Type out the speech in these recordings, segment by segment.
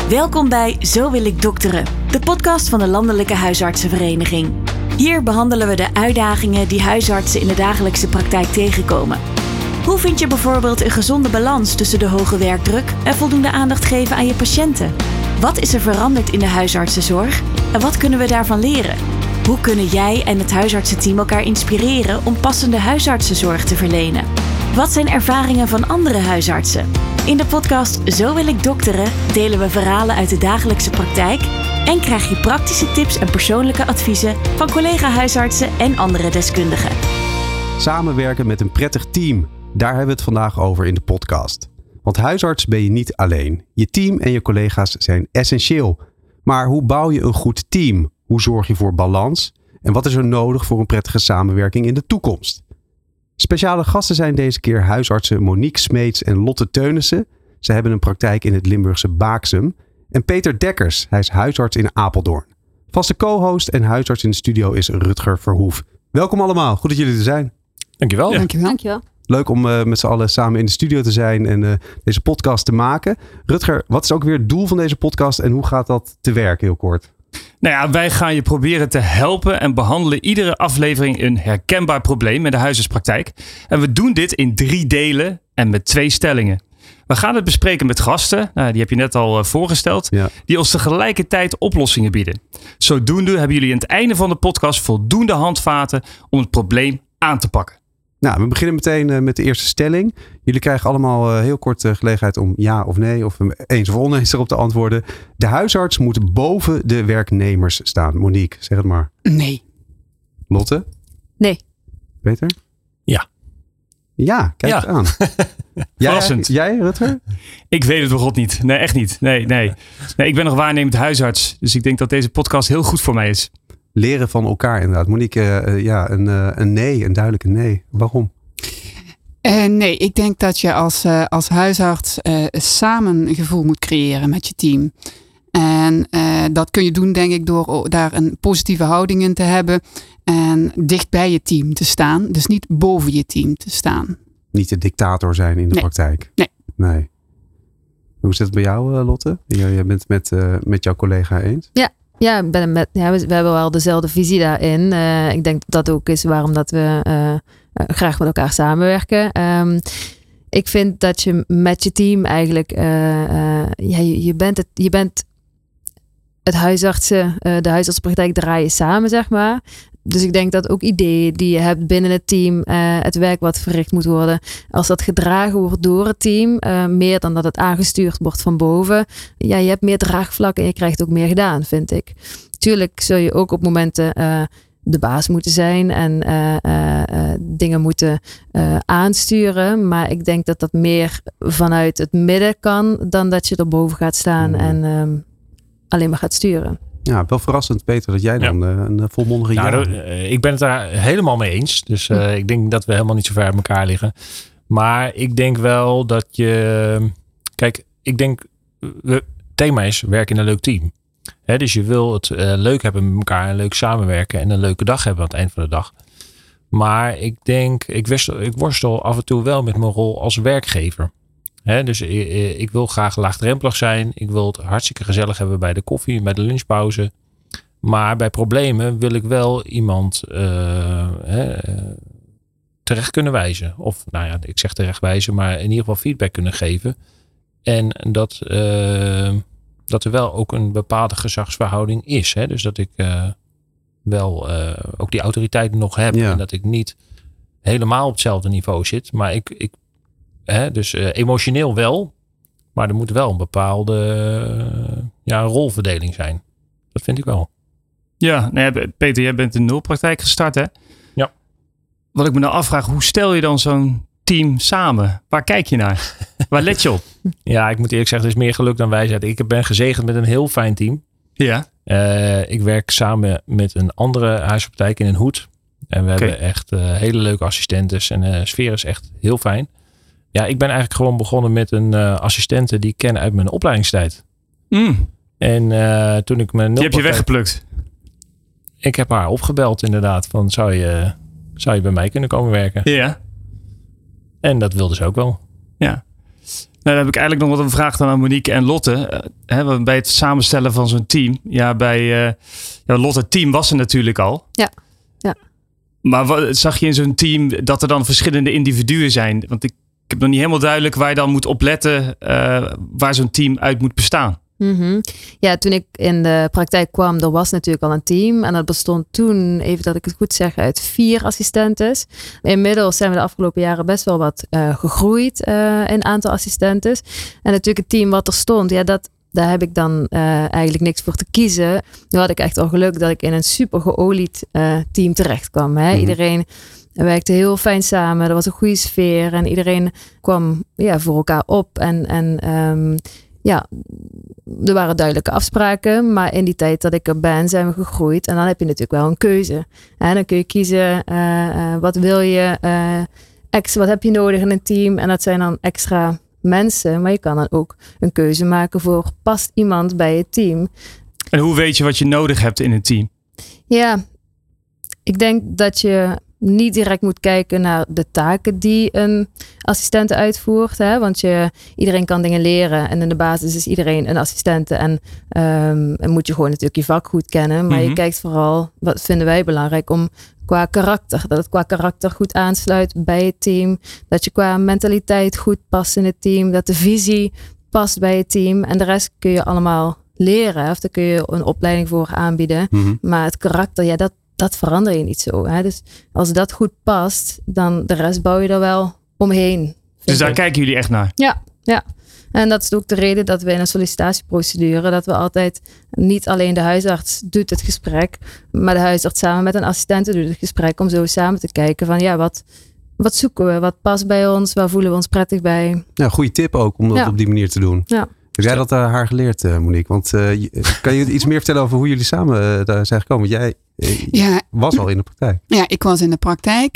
Welkom bij Zo wil ik dokteren, de podcast van de Landelijke Huisartsenvereniging. Hier behandelen we de uitdagingen die huisartsen in de dagelijkse praktijk tegenkomen. Hoe vind je bijvoorbeeld een gezonde balans tussen de hoge werkdruk en voldoende aandacht geven aan je patiënten? Wat is er veranderd in de huisartsenzorg en wat kunnen we daarvan leren? Hoe kunnen jij en het huisartsenteam elkaar inspireren om passende huisartsenzorg te verlenen? Wat zijn ervaringen van andere huisartsen? In de podcast Zo wil ik dokteren delen we verhalen uit de dagelijkse praktijk en krijg je praktische tips en persoonlijke adviezen van collega-huisartsen en andere deskundigen. Samenwerken met een prettig team, daar hebben we het vandaag over in de podcast. Want huisarts ben je niet alleen. Je team en je collega's zijn essentieel. Maar hoe bouw je een goed team? Hoe zorg je voor balans? En wat is er nodig voor een prettige samenwerking in de toekomst? Speciale gasten zijn deze keer huisartsen Monique Smeets en Lotte Teunissen. Ze hebben een praktijk in het Limburgse Baaksum. En Peter Dekkers, hij is huisarts in Apeldoorn. Vaste co-host en huisarts in de studio is Rutger Verhoef. Welkom allemaal, goed dat jullie er zijn. Dankjewel. Ja. Dankjewel. Leuk om met z'n allen samen in de studio te zijn en deze podcast te maken. Rutger, wat is ook weer het doel van deze podcast en hoe gaat dat te werk, heel kort? Nou ja, wij gaan je proberen te helpen en behandelen iedere aflevering een herkenbaar probleem in de huisartspraktijk. En we doen dit in 3 delen en met 2 stellingen. We gaan het bespreken met gasten, die heb je net al voorgesteld, die ons tegelijkertijd oplossingen bieden. Zodoende hebben jullie aan het einde van de podcast voldoende handvaten om het probleem aan te pakken. Nou, we beginnen meteen met de eerste stelling. Jullie krijgen allemaal heel kort de gelegenheid om ja of nee of eens of oneens erop te antwoorden. De huisarts moet boven de werknemers staan. Monique, zeg het maar. Nee. Lotte? Nee. Peter? Ja. Ja, kijk het aan. Verrassend. Jij, Rutger? Ik weet het bij God niet. Nee, echt niet. Nee, ik ben nog waarnemend huisarts. Dus ik denk dat deze podcast heel goed voor mij is. Leren van elkaar inderdaad. Monique, een nee, een duidelijke nee. Waarom? Nee, ik denk dat je als huisarts samen een gevoel moet creëren met je team. En dat kun je doen, denk ik, door daar een positieve houding in te hebben. En dicht bij je team te staan. Dus niet boven je team te staan. Niet de dictator zijn in de praktijk. Nee. Hoe zit het bij jou, Lotte? Jij bent met jouw collega eens? Ja, we hebben wel dezelfde visie daarin. Ik denk dat dat ook is waarom dat we graag met elkaar samenwerken. Ik vind dat je met je team eigenlijk... je bent het huisartsen, de huisartspraktijk draaien samen, zeg maar. Dus ik denk dat ook ideeën die je hebt binnen het team, het werk wat verricht moet worden, als dat gedragen wordt door het team, meer dan dat het aangestuurd wordt van boven. Ja, je hebt meer draagvlak en je krijgt ook meer gedaan, vind ik. Tuurlijk zul je ook op momenten de baas moeten zijn en dingen moeten aansturen. Maar ik denk dat dat meer vanuit het midden kan dan dat je erboven gaat staan en alleen maar gaat sturen. Ja, wel verrassend, Peter, dat jij dan een volmondige ik ben het daar helemaal mee eens. Dus ik denk dat we helemaal niet zo ver uit elkaar liggen. Maar ik denk wel dat je... Kijk, ik denk... Het thema is werken in een leuk team. Dus je wil het leuk hebben met elkaar en leuk samenwerken en een leuke dag hebben aan het eind van de dag. Maar ik denk, ik worstel af en toe wel met mijn rol als werkgever. Dus ik wil graag laagdrempelig zijn. Ik wil het hartstikke gezellig hebben bij de koffie, bij de lunchpauze. Maar bij problemen wil ik wel iemand terecht kunnen wijzen. Of ik zeg terecht wijzen, maar in ieder geval feedback kunnen geven. En dat er wel ook een bepaalde gezagsverhouding is. Dus dat ik wel ook die autoriteit nog heb. En dat ik niet helemaal op hetzelfde niveau zit. Maar ik dus emotioneel wel. Maar er moet wel een bepaalde rolverdeling zijn. Dat vind ik wel. Ja, Peter, jij bent in nulpraktijk gestart, hè? Ja. Wat ik me nou afvraag, hoe stel je dan zo'n team samen? Waar kijk je naar? Waar let je op? Ja, ik moet eerlijk zeggen, het is meer geluk dan wijsheid. Ik ben gezegend met een heel fijn team. Ja. Ik werk samen met een andere huisartspraktijk in een Hoed. En we hebben echt hele leuke assistentes. En de sfeer is echt heel fijn. Ja, ik ben eigenlijk gewoon begonnen met een assistente die ik ken uit mijn opleidingstijd. En toen ik mijn... Die heb je weggeplukt? Ik heb haar opgebeld inderdaad. Van zou je bij mij kunnen komen werken? Ja. En dat wilde ze ook wel. Ja. dan heb ik eigenlijk nog wat een vraag dan aan Monique en Lotte. Bij het samenstellen van zo'n team. Ja, bij Lotte, team was er natuurlijk al. Ja. Maar zag je in zo'n team dat er dan verschillende individuen zijn? Want ik heb nog niet helemaal duidelijk waar je dan moet opletten waar zo'n team uit moet bestaan. Mm-hmm. Ja, toen ik in de praktijk kwam, er was natuurlijk al een team. En dat bestond toen, even dat ik het goed zeg, uit 4 assistentes. Inmiddels zijn we de afgelopen jaren best wel wat gegroeid in aantal assistentes. En natuurlijk het team wat er stond, daar heb ik dan eigenlijk niks voor te kiezen. Nu had ik echt al geluk dat ik in een super geolied team terecht kwam. Hè? Mm-hmm. Iedereen werkte heel fijn samen. Er was een goede sfeer. En iedereen kwam voor elkaar op. Er waren duidelijke afspraken. Maar in die tijd dat ik er ben, zijn we gegroeid. En dan heb je natuurlijk wel een keuze. En dan kun je kiezen, wat wil je? Wat heb je nodig in een team? En dat zijn dan extra mensen, maar je kan dan ook een keuze maken voor past iemand bij het team. En hoe weet je wat je nodig hebt in een team? Ja, ik denk dat je niet direct moet kijken naar de taken die een assistente uitvoert. Hè? Want iedereen kan dingen leren en in de basis is iedereen een assistente. En moet je gewoon natuurlijk je vak goed kennen. Maar je kijkt vooral, wat vinden wij belangrijk om qua karakter. Dat het qua karakter goed aansluit bij het team. Dat je qua mentaliteit goed past in het team. Dat de visie past bij het team. En de rest kun je allemaal leren. Of daar kun je een opleiding voor aanbieden. Mm-hmm. Maar het karakter, dat verander je niet zo. Hè? Dus als dat goed past, dan de rest bouw je er wel omheen. Dus daar kijken jullie echt naar? Ja. En dat is ook de reden dat we in een sollicitatieprocedure, dat we altijd niet alleen de huisarts doet het gesprek, maar de huisarts samen met een assistente doet het gesprek om zo samen te kijken van wat zoeken we, wat past bij ons, waar voelen we ons prettig bij. Ja, goede tip ook om dat op die manier te doen. Ja. Heb jij dat haar geleerd, Monique? Want kan je iets meer vertellen over hoe jullie samen daar zijn gekomen? Want jij was al in de praktijk. Ja, ik was in de praktijk.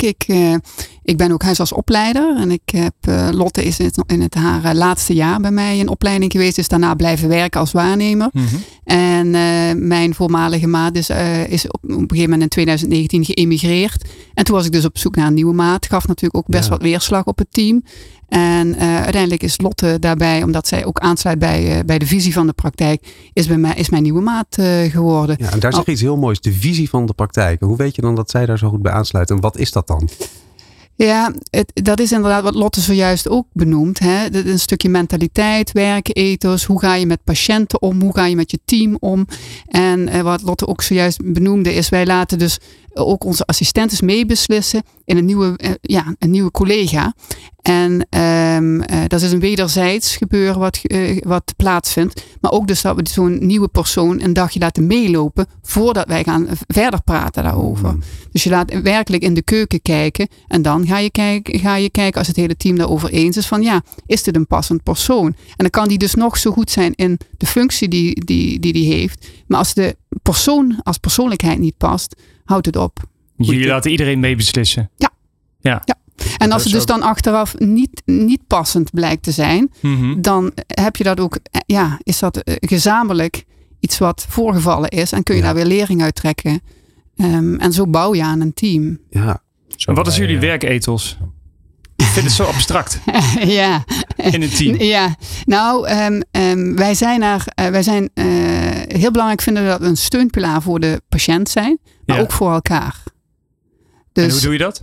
Ik ben ook huisartsopleider. En ik heb, Lotte is in haar laatste jaar bij mij in opleiding geweest. Is daarna blijven werken als waarnemer. Mm-hmm. En mijn voormalige maat is op een gegeven moment in 2019 geëmigreerd. En toen was ik dus op zoek naar een nieuwe maat. Gaf natuurlijk ook best wat weerslag op het team. En uiteindelijk is Lotte daarbij, omdat zij ook aansluit bij de visie van de praktijk, is mijn nieuwe maat geworden. Ja, en daar zeg je iets heel moois, de visie van de praktijk. Hoe weet je dan dat zij daar zo goed bij aansluit? En wat is dat dan? Ja, dat is inderdaad wat Lotte zojuist ook benoemt. Hè? Een stukje mentaliteit, werkethos. Hoe ga je met patiënten om? Hoe ga je met je team om? En wat Lotte ook zojuist benoemde is, wij laten dus ook onze assistentes meebeslissen in een nieuwe collega. En dat is een wederzijds gebeuren wat plaatsvindt. Maar ook dus dat we zo'n nieuwe persoon een dagje laten meelopen voordat wij gaan verder praten daarover. Mm. Dus je laat werkelijk in de keuken kijken. En dan ga je kijken als het hele team daarover eens is van is dit een passend persoon? En dan kan die dus nog zo goed zijn in de functie die heeft. Maar als de persoon als persoonlijkheid niet past, houdt het op. Jullie laten iedereen meebeslissen? Ja. En als het dus dan achteraf niet passend blijkt te zijn, dan heb je dat ook, is dat gezamenlijk iets wat voorgevallen is en kun je daar weer lering uit trekken. En zo bouw je aan een team. Ja. Wat is jullie werkethos? Ik vind het zo abstract. Ja. In een team. Ja. Nou, wij zijn heel belangrijk vinden we dat we een steunpilaar voor de patiënt zijn, maar ook voor elkaar. Dus, en hoe doe je dat?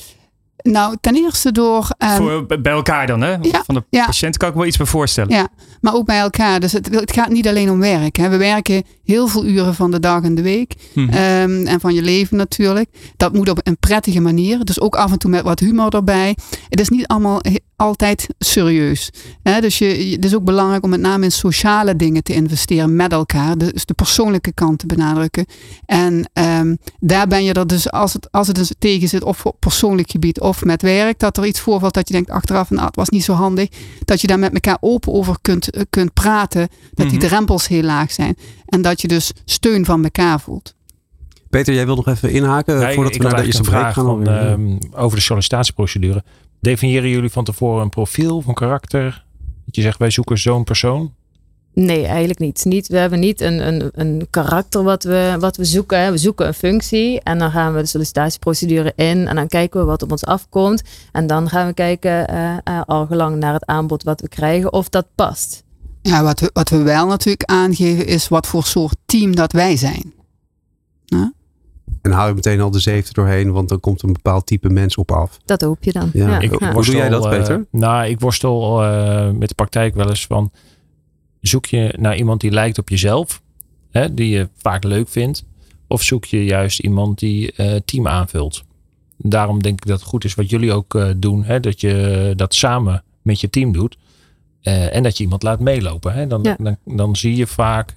Nou, ten eerste door... bij elkaar dan, hè? Ja, van de patiënt kan ik wel iets bij voorstellen. Ja, maar ook bij elkaar. Dus het gaat niet alleen om werk. Hè. We werken heel veel uren van de dag en de week. Mm-hmm. En van je leven natuurlijk. Dat moet op een prettige manier. Dus ook af en toe met wat humor erbij. Het is niet allemaal altijd serieus. Dus het is ook belangrijk om met name in sociale dingen te investeren met elkaar. Dus de persoonlijke kant te benadrukken. En daar ben je er dus, als het dus tegen zit, of op persoonlijk gebied of met werk, dat er iets voorvalt dat je denkt achteraf, het was niet zo handig. Dat je daar met elkaar open over kunt praten. Dat die drempels heel laag zijn. En dat je dus steun van elkaar voelt. Peter, jij wil nog even inhaken voordat we naar de eerste vraag gaan. Over de sollicitatieprocedure. Definiëren jullie van tevoren een profiel van karakter? Dat je zegt, wij zoeken zo'n persoon? Nee, eigenlijk niet. We hebben niet een karakter wat we zoeken. Hè. We zoeken een functie en dan gaan we de sollicitatieprocedure in en dan kijken we wat op ons afkomt. En dan gaan we kijken al gelang naar het aanbod wat we krijgen of dat past. Ja, wat we wel natuurlijk aangeven is wat voor soort team dat wij zijn. En hou je meteen al de zeefde doorheen, want dan komt een bepaald type mens op af. Dat hoop je dan. Ja. Hoe doe jij dat, Peter? Ik worstel met de praktijk wel eens van, zoek je naar iemand die lijkt op jezelf, hè, die je vaak leuk vindt, of zoek je juist iemand die team aanvult? Daarom denk ik dat het goed is wat jullie ook doen, hè, dat je dat samen met je team doet en dat je iemand laat meelopen. Hè. Dan zie je vaak,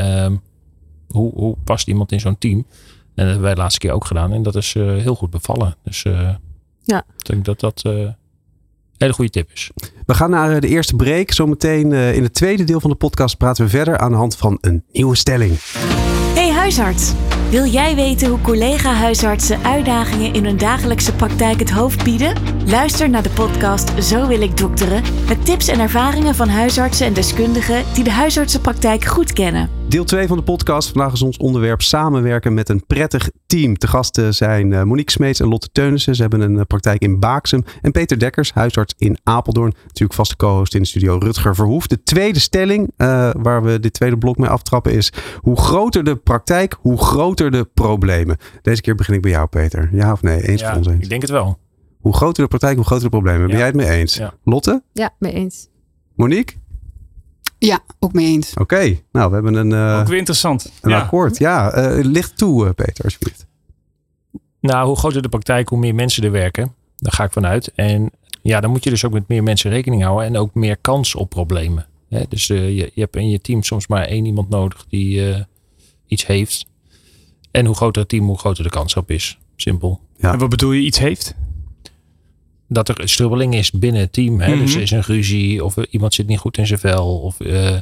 hoe past iemand in zo'n team? En dat hebben wij de laatste keer ook gedaan. En dat is heel goed bevallen. Dus ik denk dat dat een hele goede tip is. We gaan naar de eerste break. Zometeen in het tweede deel van de podcast praten we verder aan de hand van een nieuwe stelling. Hey huisarts, wil jij weten hoe collega-huisartsen uitdagingen in hun dagelijkse praktijk het hoofd bieden? Luister naar de podcast Zo wil ik dokteren met tips en ervaringen van huisartsen en deskundigen die de huisartsenpraktijk goed kennen. Deel 2 van de podcast. Vandaag is ons onderwerp samenwerken met een prettig team. De gasten zijn Monique Smeets en Lotte Teunissen. Ze hebben een praktijk in Baaksum. En Peter Dekkers, huisarts in Apeldoorn. Natuurlijk vaste co-host in de studio Rutger Verhoef. De tweede stelling waar we dit tweede blok mee aftrappen is: hoe groter de praktijk, hoe groter de problemen. Deze keer begin ik bij jou, Peter. Ja of nee? Eens voor ons eens? Ik denk het wel. Hoe groter de praktijk, hoe groter de problemen. Ben jij het mee eens? Ja. Lotte? Ja, mee eens. Monique? Ja, ook mee eens. Oké. Nou, we hebben Ook weer interessant. een akkoord. Ja, licht toe, Peter, alsjeblieft. Nou, hoe groter de praktijk, hoe meer mensen er werken. Daar ga ik vanuit. En ja, dan moet je dus ook met meer mensen rekening houden. En ook meer kans op problemen. Hè? Dus je hebt in je team soms maar 1 iemand nodig die iets heeft. En hoe groter het team, hoe groter de kans op is. Simpel. Ja. En wat bedoel je iets heeft? Dat er strubbeling is binnen het team. Hè? Dus er is een ruzie of iemand zit niet goed in zijn vel. Of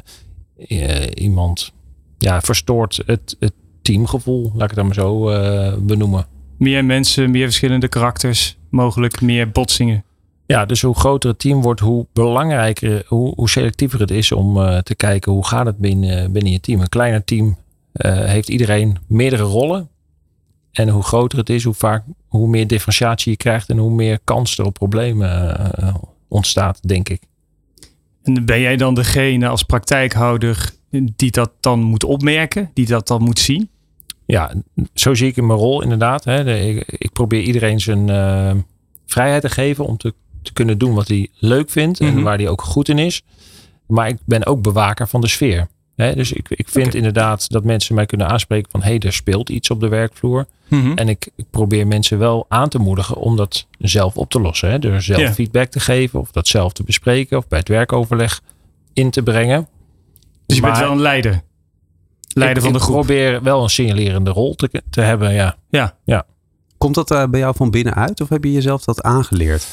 iemand verstoort het teamgevoel. Laat ik het dan maar zo benoemen. Meer mensen, meer verschillende karakters. Mogelijk meer botsingen. Ja, dus hoe groter het team wordt, hoe belangrijker, hoe selectiever het is om te kijken hoe gaat het binnen je team. Een kleiner team heeft iedereen meerdere rollen. En hoe groter het is, hoe meer differentiatie je krijgt en hoe meer kans er op problemen ontstaat, denk ik. En ben jij dan degene als praktijkhouder die dat dan moet opmerken, die dat dan moet zien? Ja, zo zie ik in mijn rol inderdaad. Hè. Ik probeer iedereen zijn vrijheid te geven om te kunnen doen wat hij leuk vindt en waar hij ook goed in is. Maar ik ben ook bewaker van de sfeer. Hè. Dus ik vind inderdaad dat mensen mij kunnen aanspreken van er speelt iets op de werkvloer. En ik probeer mensen wel aan te moedigen om dat zelf op te lossen. Hè. Door zelf feedback te geven of dat zelf te bespreken of bij het werkoverleg in te brengen. Dus je bent wel een leider? Leider van de groep. Ik probeer wel een signalerende rol te hebben, ja. Komt dat bij jou van binnenuit of heb je jezelf dat aangeleerd?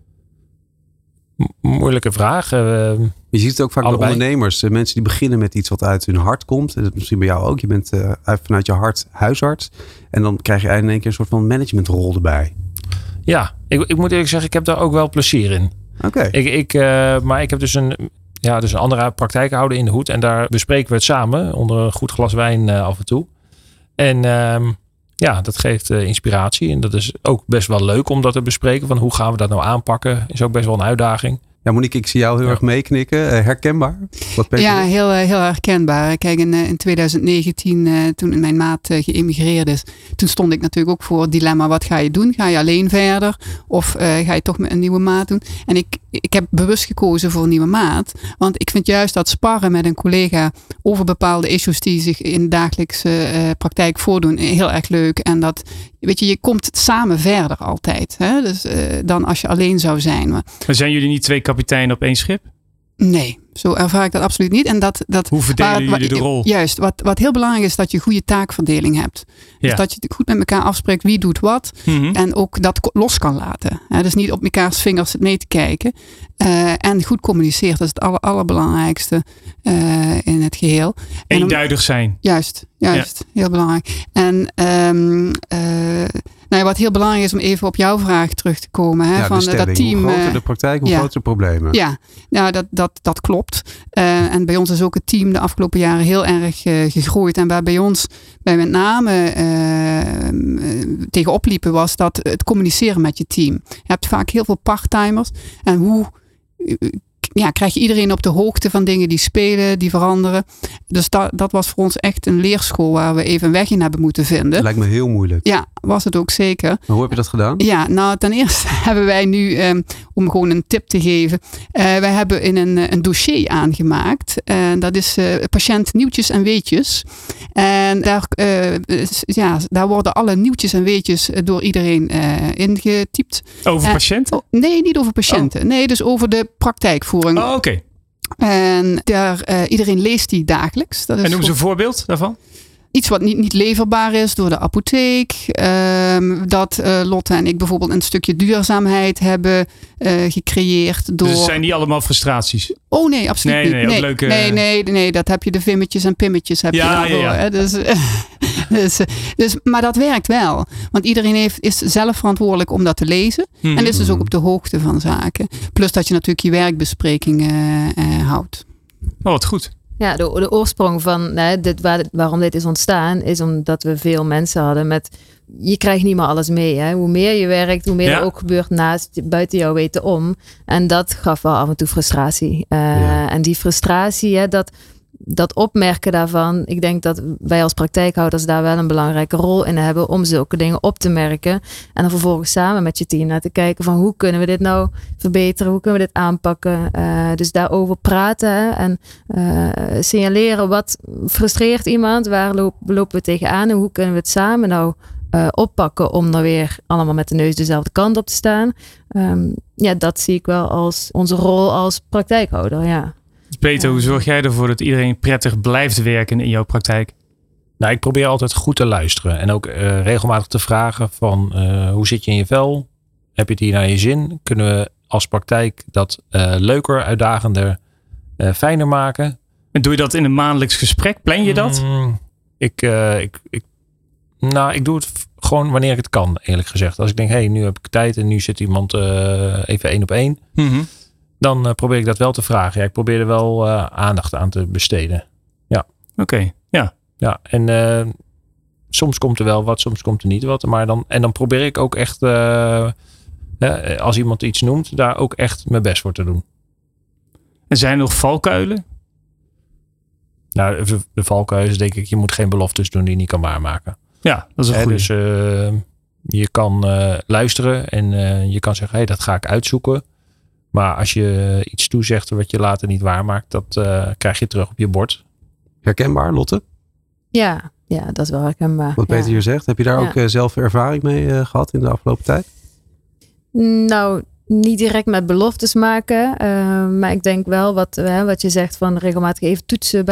Moeilijke vraag. Je ziet het ook vaak bij ondernemers. Mensen die beginnen met iets wat uit hun hart komt. Dat is misschien bij jou ook. Je bent vanuit je hart huisarts. En dan krijg je in één keer een soort van managementrol erbij. Ja, ik moet eerlijk zeggen, ik heb daar ook wel plezier in. Oké. Maar ik heb dus een andere praktijkhouder in de hoed. En daar bespreken we het samen onder een goed glas wijn af en toe. En dat geeft inspiratie. En dat is ook best wel leuk om dat te bespreken. Van hoe gaan we dat nou aanpakken? Is ook best wel een uitdaging. Ja, Monique, ik zie jou heel erg meeknikken. Herkenbaar? Ja, heel herkenbaar. Kijk, in 2019, toen mijn maat geëmigreerd is, toen stond ik natuurlijk ook voor het dilemma: wat ga je doen? Ga je alleen verder? Of ga je toch met een nieuwe maat doen? En ik heb bewust gekozen voor een nieuwe maat. Want ik vind juist dat sparren met een collega over bepaalde issues die zich in de dagelijkse praktijk voordoen heel erg leuk. En dat, weet je komt samen verder altijd. Hè? Dus dan als je alleen zou zijn. Maar zijn jullie niet 2 kapiteinen op 1 schip? Nee, zo ervaar ik dat absoluut niet. En hoe verdelen jullie de rol? Juist, wat heel belangrijk is, dat je goede taakverdeling hebt. Ja. Dus dat je goed met elkaar afspreekt wie doet wat. En ook dat los kan laten. Dus niet op mekaars vingers mee te kijken. En goed communiceren, dat is het allerbelangrijkste in het geheel. Eenduidig zijn. Juist, heel belangrijk. En Nou, wat heel belangrijk is om even op jouw vraag terug te komen. Hè, van de stelling, dat team. Hoe groter de praktijk, hoe groter de problemen. Ja, dat klopt. En bij ons is ook het team de afgelopen jaren heel erg gegroeid. En waar bij ons met name tegenop liepen was dat het communiceren met je team. Je hebt vaak heel veel parttimers. En hoe krijg je iedereen op de hoogte van dingen die spelen, die veranderen. Dus dat was voor ons echt een leerschool waar we even een weg in hebben moeten vinden. Dat lijkt me heel moeilijk. Ja, was het ook zeker. Maar hoe heb je dat gedaan? Ja, nou ten eerste hebben wij nu, om gewoon een tip te geven. Wij hebben in een dossier aangemaakt. Dat is patiënt nieuwtjes en weetjes. En daar worden alle nieuwtjes en weetjes door iedereen ingetypt. Over patiënten? Nee, niet over patiënten. Oh. Nee, dus over de praktijkvoering. Oh, oké. En iedereen leest die dagelijks. Dat is en noem eens een voorbeeld daarvan? Iets wat niet leverbaar is door de apotheek. Dat Lotte en ik bijvoorbeeld een stukje duurzaamheid hebben gecreëerd. Door... Dus het zijn niet allemaal frustraties? Oh nee, absoluut niet. Nee, leuke... nee, dat heb je de vimmetjes en pimmetjes. Heb je daarvoor, ja. Hè? Dus, maar dat werkt wel. Want iedereen is zelf verantwoordelijk om dat te lezen. En is dus ook op de hoogte van zaken. Plus dat je natuurlijk je werkbesprekingen houdt. Oh, wat goed. Ja, de oorsprong van waarom dit is ontstaan, is omdat we veel mensen hadden met, je krijgt niet meer alles mee. Hè? Hoe meer je werkt, hoe meer er ook gebeurt buiten jou weten om. En dat gaf wel af en toe frustratie. En die frustratie, dat opmerken daarvan, ik denk dat wij als praktijkhouders daar wel een belangrijke rol in hebben om zulke dingen op te merken. En dan vervolgens samen met je team naar te kijken van hoe kunnen we dit nou verbeteren, hoe kunnen we dit aanpakken. Dus daarover praten en signaleren wat frustreert iemand, waar lopen we tegenaan en hoe kunnen we het samen nou oppakken om er weer allemaal met de neus dezelfde kant op te staan. Dat zie ik wel als onze rol als praktijkhouder, ja. Peter, hoe zorg jij ervoor dat iedereen prettig blijft werken in jouw praktijk? Nou, ik probeer altijd goed te luisteren. En ook regelmatig te vragen van hoe zit je in je vel? Heb je het hier naar je zin? Kunnen we als praktijk dat leuker, uitdagender, fijner maken? En doe je dat in een maandelijks gesprek? Plan je dat? Ik doe het gewoon wanneer ik het kan, eerlijk gezegd. Als ik denk, nu heb ik tijd en nu zit iemand even 1 op 1. Mm-hmm. Dan probeer ik dat wel te vragen. Ja, ik probeer er wel aandacht aan te besteden. Ja. Oké, ja. Ja, en soms komt er wel wat, soms komt er niet wat. Maar dan probeer ik ook echt, als iemand iets noemt, daar ook echt mijn best voor te doen. En zijn er nog valkuilen? Nou, de valkuil is denk ik, je moet geen beloftes doen die je niet kan waarmaken. Ja, dat is een goede. Dus je kan luisteren en je kan zeggen, dat ga ik uitzoeken. Maar als je iets toezegt wat je later niet waarmaakt, dat krijg je terug op je bord. Herkenbaar, Lotte? Ja, dat is wel herkenbaar. Wat Peter hier zegt, heb je daar ook zelf ervaring mee gehad in de afgelopen tijd? Nou, niet direct met beloftes maken. Maar ik denk wel wat je zegt van regelmatig even toetsen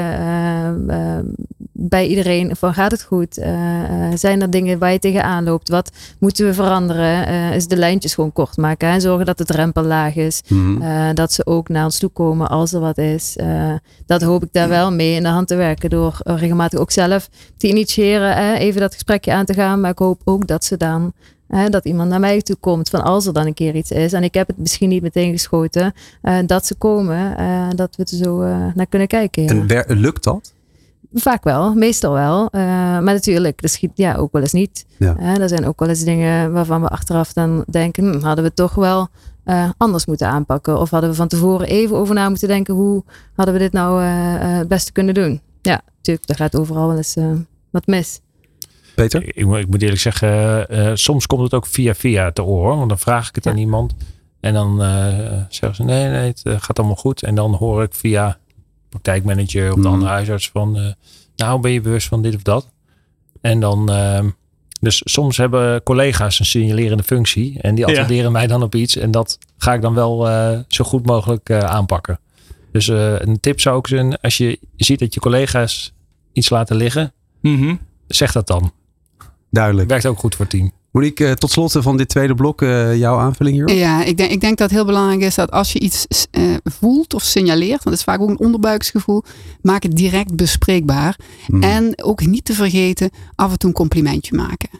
bij iedereen. Van gaat het goed? Zijn er dingen waar je tegenaan loopt? Wat moeten we veranderen? Is de lijntjes gewoon kort maken. En zorgen dat de drempel laag is. Mm-hmm. Dat ze ook naar ons toe komen als er wat is. Dat hoop ik daar wel mee in de hand te werken. Door regelmatig ook zelf te initiëren. Even dat gesprekje aan te gaan. Maar ik hoop ook dat ze dan... dat iemand naar mij toe komt van als er dan een keer iets is. En ik heb het misschien niet meteen geschoten. Dat ze komen. Dat we er zo naar kunnen kijken. Ja. En lukt dat? Vaak wel. Meestal wel. Maar natuurlijk, dat schiet ook wel eens niet. Ja. Er zijn ook wel eens dingen waarvan we achteraf dan denken. Hadden we toch wel anders moeten aanpakken. Of hadden we van tevoren even over na moeten denken. Hoe hadden we dit nou het beste kunnen doen? Ja, natuurlijk. Er gaat overal wel eens wat mis. Peter? Ik moet eerlijk zeggen, soms komt het ook via te oren. Want dan vraag ik het aan iemand. En dan zeggen ze nee, het gaat allemaal goed. En dan hoor ik via praktijkmanager of de andere huisarts van... ben je bewust van dit of dat? En dan... dus soms hebben collega's een signalerende functie. En die attenderen mij dan op iets. En dat ga ik dan wel zo goed mogelijk aanpakken. Dus een tip zou ook zijn... Als je ziet dat je collega's iets laten liggen... Mm-hmm. Zeg dat dan. Duidelijk. Werkt ook goed voor het team. Monique, tot slot van dit tweede blok, jouw aanvulling hierop? Ja, ik denk dat het heel belangrijk is dat als je iets voelt of signaleert, want dat is vaak ook een onderbuiksgevoel, maak het direct bespreekbaar. En ook niet te vergeten, af en toe een complimentje maken.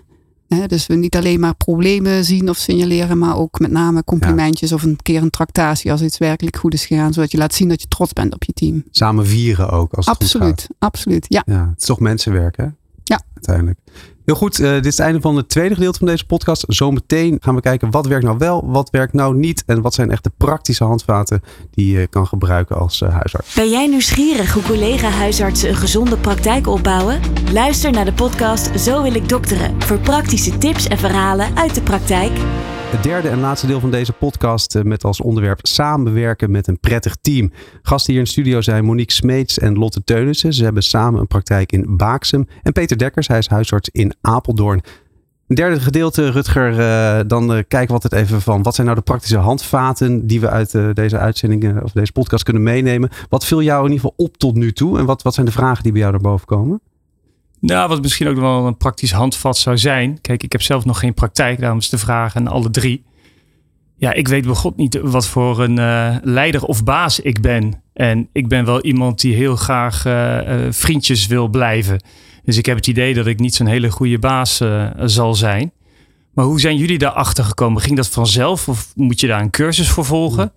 Dus we niet alleen maar problemen zien of signaleren, maar ook met name complimentjes of een keer een tractatie als iets werkelijk goed is gegaan. Zodat je laat zien dat je trots bent op je team. Samen vieren ook als het goed gaat. Absoluut. Ja. Het is toch mensenwerk, hè? Ja. Uiteindelijk. Heel goed, dit is het einde van het tweede gedeelte van deze podcast. Zometeen gaan we kijken wat werkt nou wel, wat werkt nou niet. En wat zijn echt de praktische handvaten die je kan gebruiken als huisarts. Ben jij nieuwsgierig hoe collega-huisartsen een gezonde praktijk opbouwen? Luister naar de podcast Zo wil ik dokteren. Voor praktische tips en verhalen uit de praktijk. Het derde en laatste deel van deze podcast met als onderwerp samenwerken met een prettig team. Gasten hier in de studio zijn Monique Smeets en Lotte Teunissen. Ze hebben samen een praktijk in Baaksum. En Peter Dekkers, hij is huisarts in Apeldoorn. Een derde gedeelte, Rutger, dan kijken we altijd even van wat zijn nou de praktische handvaten die we uit deze uitzendingen of deze podcast kunnen meenemen. Wat viel jou in ieder geval op tot nu toe en wat zijn de vragen die bij jou daarboven komen? Nou, wat misschien ook wel een praktisch handvat zou zijn. Kijk, ik heb zelf nog geen praktijk, daarom is de vraag aan alle drie. Ja, ik weet bij God niet wat voor een leider of baas ik ben. En ik ben wel iemand die heel graag vriendjes wil blijven. Dus ik heb het idee dat ik niet zo'n hele goede baas zal zijn. Maar hoe zijn jullie daarachter gekomen? Ging dat vanzelf of moet je daar een cursus voor volgen?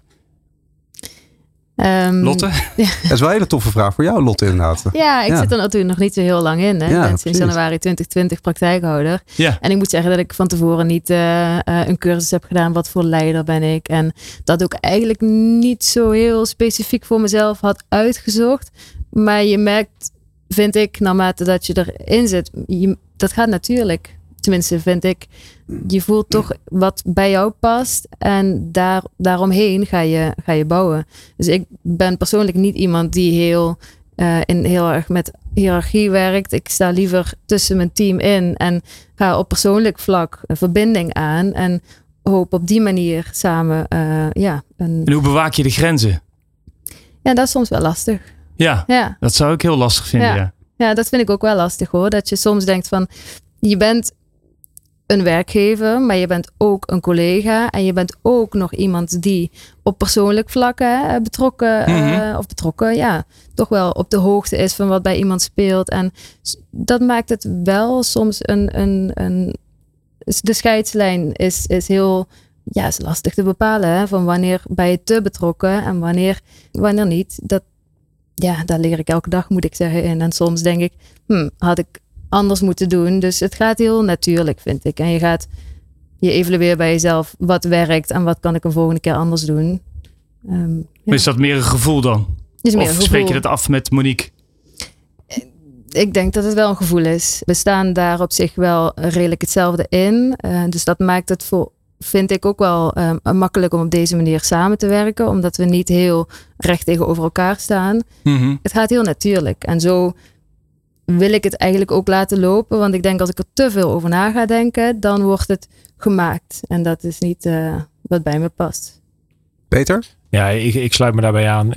Lotte? Ja. Dat is wel een hele toffe vraag voor jou, Lotte, inderdaad. Ja, ik zit er natuurlijk nog niet zo heel lang in. Hè. Ik ben sinds januari 2020 praktijkhouder. Ja. En ik moet zeggen dat ik van tevoren niet een cursus heb gedaan. Wat voor leider ben ik? En dat ook eigenlijk niet zo heel specifiek voor mezelf had uitgezocht. Maar je merkt, vind ik, naarmate dat je erin zit, dat gaat natuurlijk. Tenminste, vind ik. Je voelt toch wat bij jou past. En daaromheen ga je bouwen. Dus ik ben persoonlijk niet iemand die heel erg met hiërarchie werkt. Ik sta liever tussen mijn team in. En ga op persoonlijk vlak een verbinding aan. En hoop op die manier samen. En hoe bewaak je de grenzen? Ja, dat is soms wel lastig. Ja. Dat zou ik heel lastig vinden. Ja, dat vind ik ook wel lastig hoor. Dat je soms denkt van, je bent een werkgever, maar je bent ook een collega. En je bent ook nog iemand die op persoonlijk vlak betrokken, toch wel op de hoogte is van wat bij iemand speelt. En dat maakt het wel soms de scheidslijn is heel, is lastig te bepalen. Hè, van wanneer ben je te betrokken en wanneer niet. Daar leer ik elke dag, moet ik zeggen, in. En soms denk ik, had ik anders moeten doen. Dus het gaat heel natuurlijk, vind ik. En je evalueert bij jezelf wat werkt en wat kan ik een volgende keer anders doen. Maar is dat meer een gevoel dan? Of spreek je dat af met Monique? Ik denk dat het wel een gevoel is. We staan daar op zich wel redelijk hetzelfde in. Dus dat maakt het vind ik ook wel makkelijk om op deze manier samen te werken. Omdat we niet heel recht tegenover elkaar staan. Mm-hmm. Het gaat heel natuurlijk. En zo wil ik het eigenlijk ook laten lopen. Want ik denk als ik er te veel over na ga denken, dan wordt het gemaakt. En dat is niet wat bij me past. Peter? Ja, ik sluit me daarbij aan.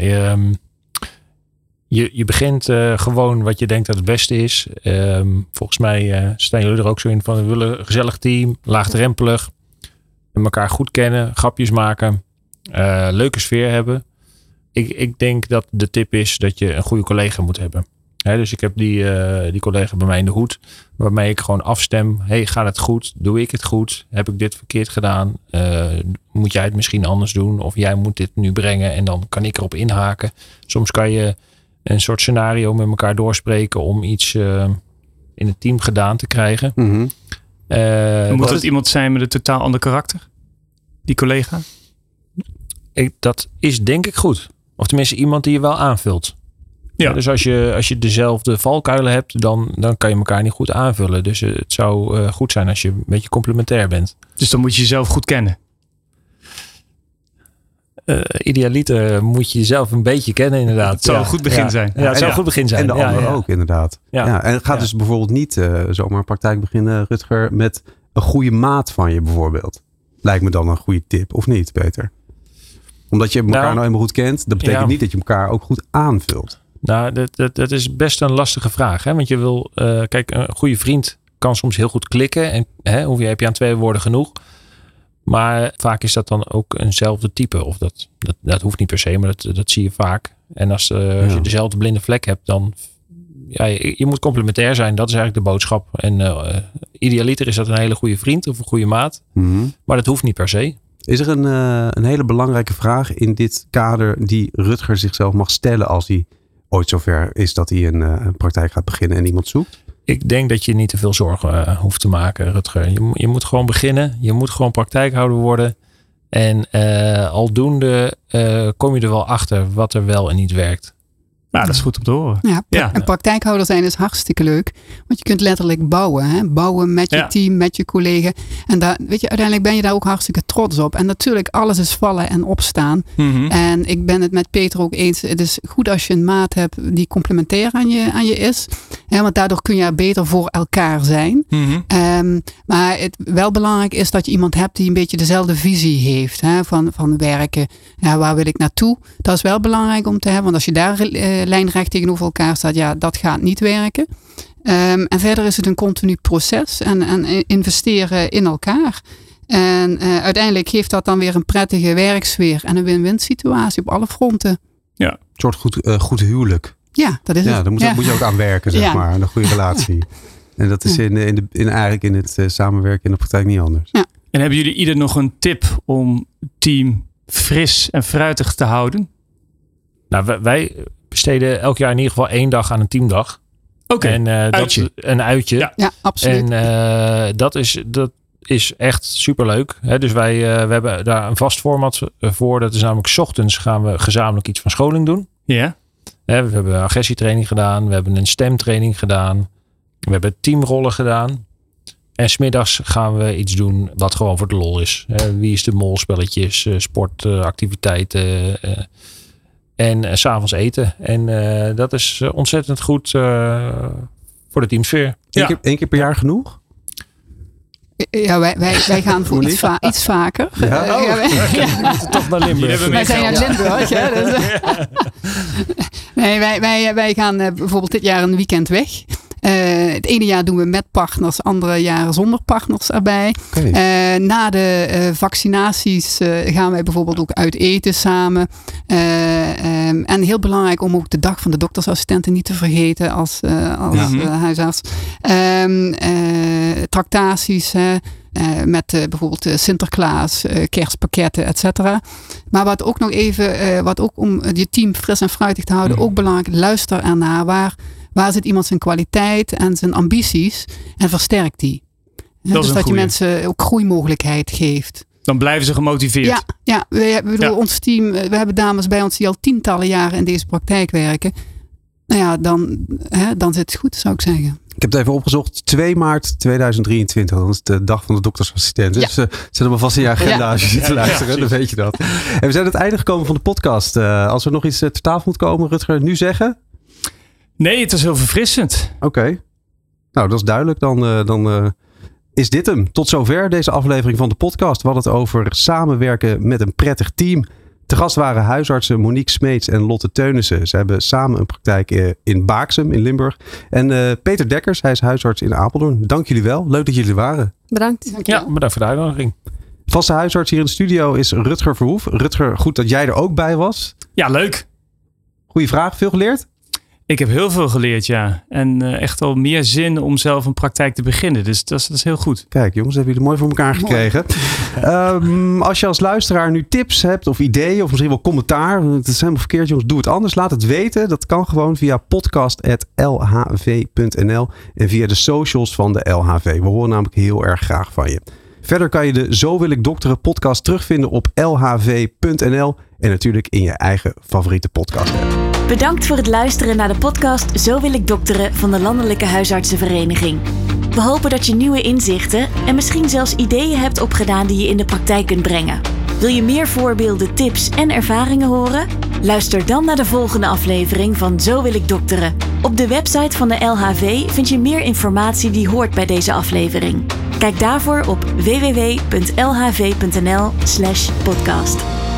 Je begint gewoon wat je denkt dat het beste is. Volgens mij staan jullie er ook zo in van, we willen een gezellig team, laagdrempelig. Elkaar goed kennen, grapjes maken, leuke sfeer hebben. Ik denk dat de tip is dat je een goede collega moet hebben. Dus ik heb die collega bij mij in de hoed, waarmee ik gewoon afstem. Hey, gaat het goed? Doe ik het goed? Heb ik dit verkeerd gedaan? Moet jij het misschien anders doen? Of jij moet dit nu brengen en dan kan ik erop inhaken. Soms kan je een soort scenario met elkaar doorspreken om iets in het team gedaan te krijgen. Mm-hmm. Moet het iemand zijn met een totaal ander karakter? Die collega? Dat is denk ik goed. Of tenminste iemand die je wel aanvult. Ja. Dus als je dezelfde valkuilen hebt, dan kan je elkaar niet goed aanvullen. Dus het zou goed zijn als je een beetje complementair bent. Dus dan moet je jezelf goed kennen? Idealiter moet je jezelf een beetje kennen inderdaad. Het zou een goed begin zijn. Ja, het zou een goed begin zijn. En de anderen ook inderdaad. Ja. En het gaat dus bijvoorbeeld niet zomaar een praktijk beginnen, Rutger, met een goede maat van je bijvoorbeeld. Lijkt me dan een goede tip, of niet, Peter? Omdat je elkaar nou helemaal goed kent, dat betekent niet dat je elkaar ook goed aanvult. Nou, dat is best een lastige vraag. Hè? Want je wil, kijk, een goede vriend kan soms heel goed klikken. En heb je aan 2 woorden genoeg. Maar vaak is dat dan ook eenzelfde type. Of dat hoeft niet per se, maar dat zie je vaak. En als je dezelfde blinde vlek hebt, dan je moet complementair zijn. Dat is eigenlijk de boodschap. En Idealiter is dat een hele goede vriend of een goede maat. Mm-hmm. Maar dat hoeft niet per se. Is er een hele belangrijke vraag in dit kader die Rutger zichzelf mag stellen als hij ooit zover is dat hij een praktijk gaat beginnen en iemand zoekt? Ik denk dat je niet te veel zorgen hoeft te maken, Rutger. Je moet gewoon beginnen. Je moet gewoon praktijkhouder worden. En aldoende kom je er wel achter wat er wel en niet werkt. Nou, dat is goed om te horen. Ja, en praktijkhouder zijn is hartstikke leuk. Want je kunt letterlijk bouwen. Hè? Bouwen met je team, met je collega. En daar, weet je, uiteindelijk ben je daar ook hartstikke trots op. En natuurlijk, alles is vallen en opstaan. Mm-hmm. En ik ben het met Peter ook eens. Het is goed als je een maat hebt die complementair aan je is. Ja, want daardoor kun je er beter voor elkaar zijn. Mm-hmm. Maar het wel belangrijk is dat je iemand hebt die een beetje dezelfde visie heeft. Hè? Van werken. Ja, waar wil ik naartoe? Dat is wel belangrijk om te hebben. Want als je daar lijnrecht tegenover elkaar staat, ja, dat gaat niet werken. En verder is het een continu proces en investeren in elkaar. En uiteindelijk geeft dat dan weer een prettige werksfeer en een win-win situatie op alle fronten. Ja. Een soort goed huwelijk. Ja, dat is het. Daar moet je ook aan werken, zeg maar. Aan een goede relatie. En dat is eigenlijk in het samenwerken in de praktijk niet anders. Ja. En hebben jullie ieder nog een tip om team fris en fruitig te houden? Nou, wij besteden elk jaar in ieder geval 1 dag aan een teamdag. Oké, En uitje. dat is een uitje. Ja, absoluut. En dat is echt superleuk. We hebben daar een vast format voor. Dat is namelijk 's ochtends gaan we gezamenlijk iets van scholing doen. Ja. We hebben agressietraining gedaan. We hebben een stemtraining gedaan. We hebben teamrollen gedaan. En 's middags gaan we iets doen wat gewoon voor de lol is. Wie is de mol, spelletjes, sportactiviteiten. En 's avonds eten. En dat is ontzettend goed voor de teamsfeer. Eén keer per jaar genoeg? Ja, wij gaan voor iets vaker. Ja? We moeten toch naar Limburg. Wij zijn uit Limburg. Hè, dus. Nee, wij gaan bijvoorbeeld dit jaar een weekend weg. Het ene jaar doen we met partners, het andere jaar zonder partners erbij. Okay. Na de vaccinaties gaan wij bijvoorbeeld ook uit eten samen. En heel belangrijk om ook de dag van de doktersassistenten niet te vergeten als huisarts. Tractaties met bijvoorbeeld Sinterklaas, kerstpakketten, et cetera. Maar wat ook nog even, wat ook om je team fris en fruitig te houden, ook belangrijk, luister ernaar. Waar zit iemand zijn kwaliteit en zijn ambities en versterkt die. Dus dat je mensen ook groeimogelijkheid geeft. Dan blijven ze gemotiveerd. Ja, ons team, we hebben dames bij ons die al tientallen jaren in deze praktijk werken. Nou ja, dan zit het goed, zou ik zeggen. Ik heb het even opgezocht. 2 maart 2023. Dat is de dag van de doktersassistent. Dus zet hem vast in je agenda als je zit te luisteren. Dan weet je dat. En we zijn aan het einde gekomen van de podcast. Als er nog iets ter tafel moet komen, Rutger, nu zeggen? Nee, het is heel verfrissend. Oké. Nou, dat is duidelijk. Dan is dit hem. Tot zover deze aflevering van de podcast. We hadden het over samenwerken met een prettig team. Te gast waren huisartsen Monique Smeets en Lotte Teunissen. Ze hebben samen een praktijk in Baaksum in Limburg. En Peter Dekkers, hij is huisarts in Apeldoorn. Dank jullie wel. Leuk dat jullie er waren. Bedankt. Ja, bedankt voor de uitnodiging. Vaste huisarts hier in de studio is Rutger Verhoef. Rutger, goed dat jij er ook bij was. Ja, leuk. Goeie vraag. Veel geleerd? Ik heb heel veel geleerd, ja. En echt wel meer zin om zelf een praktijk te beginnen. Dus dat is heel goed. Kijk jongens, hebben jullie mooi voor elkaar gekregen. Als je als luisteraar nu tips hebt of ideeën of misschien wel commentaar. Het is helemaal verkeerd jongens, doe het anders. Laat het weten. Dat kan gewoon via podcast@lhv.nl en via de socials van de LHV. We horen namelijk heel erg graag van je. Verder kan je de Zo wil ik dokteren podcast terugvinden op lhv.nl en natuurlijk in je eigen favoriete podcast app. Bedankt voor het luisteren naar de podcast Zo wil ik dokteren van de Landelijke Huisartsenvereniging. We hopen dat je nieuwe inzichten en misschien zelfs ideeën hebt opgedaan die je in de praktijk kunt brengen. Wil je meer voorbeelden, tips en ervaringen horen? Luister dan naar de volgende aflevering van Zo wil ik dokteren. Op de website van de LHV vind je meer informatie die hoort bij deze aflevering. Kijk daarvoor op www.lhv.nl/podcast.